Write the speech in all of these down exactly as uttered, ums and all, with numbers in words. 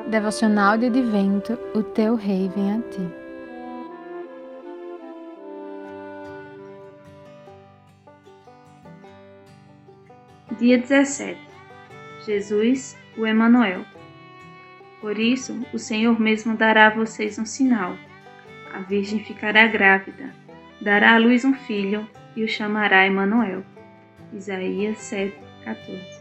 Devocional de Advento, o teu Rei vem a ti. Dia dezessete. Jesus, o Emanuel. Por isso, o Senhor mesmo dará a vocês um sinal. A Virgem ficará grávida, dará à luz um filho e o chamará Emanuel. Isaías sete, quatorze.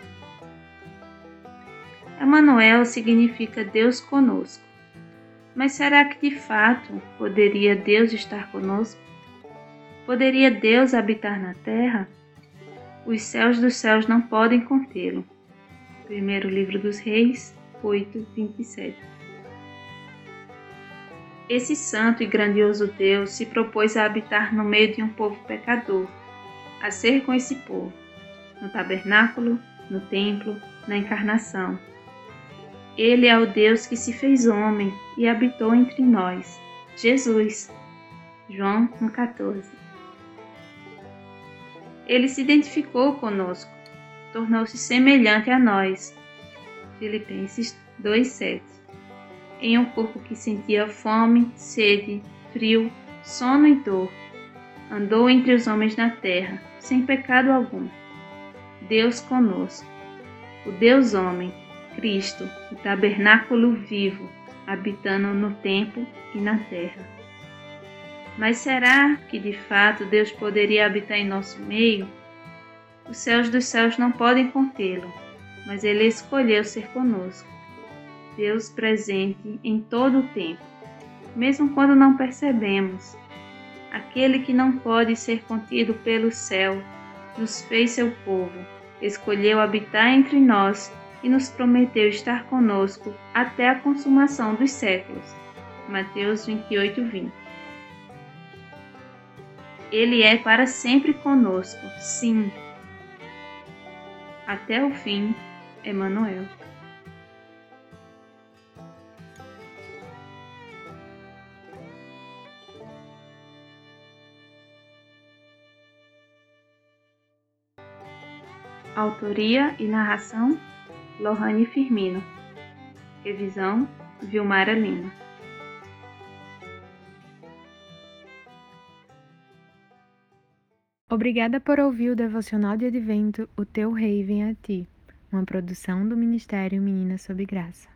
Emanuel significa Deus conosco. Mas será que de fato poderia Deus estar conosco? Poderia Deus habitar na terra? Os céus dos céus não podem contê-lo. Primeiro livro dos Reis, oito, vinte e sete. Esse santo e grandioso Deus se propôs a habitar no meio de um povo pecador, a ser com esse povo, no tabernáculo, no templo, na encarnação. Ele é o Deus que se fez homem e habitou entre nós, Jesus. João um, quatorze. Ele se identificou conosco, tornou-se semelhante a nós, Filipenses dois, sete, em um corpo que sentia fome, sede, frio, sono e dor. Andou entre os homens na terra, sem pecado algum. Deus conosco, o Deus homem, Cristo, o tabernáculo vivo, habitando no tempo e na terra. Mas será que de fato Deus poderia habitar em nosso meio? Os céus dos céus não podem contê-lo, mas Ele escolheu ser conosco. Deus presente em todo o tempo, mesmo quando não percebemos. Aquele que não pode ser contido pelo céu, nos fez seu povo, escolheu habitar entre nós e nos prometeu estar conosco até a consumação dos séculos. Mateus vinte e oito, vinte. Ele é para sempre conosco, sim. Até o fim, Emanuel. Autoria e narração, Lohane Firmino. Revisão, Vilmara Lima. Obrigada por ouvir o Devocional de Advento, o teu Rei vem a ti, uma produção do Ministério Meninas sob Graça.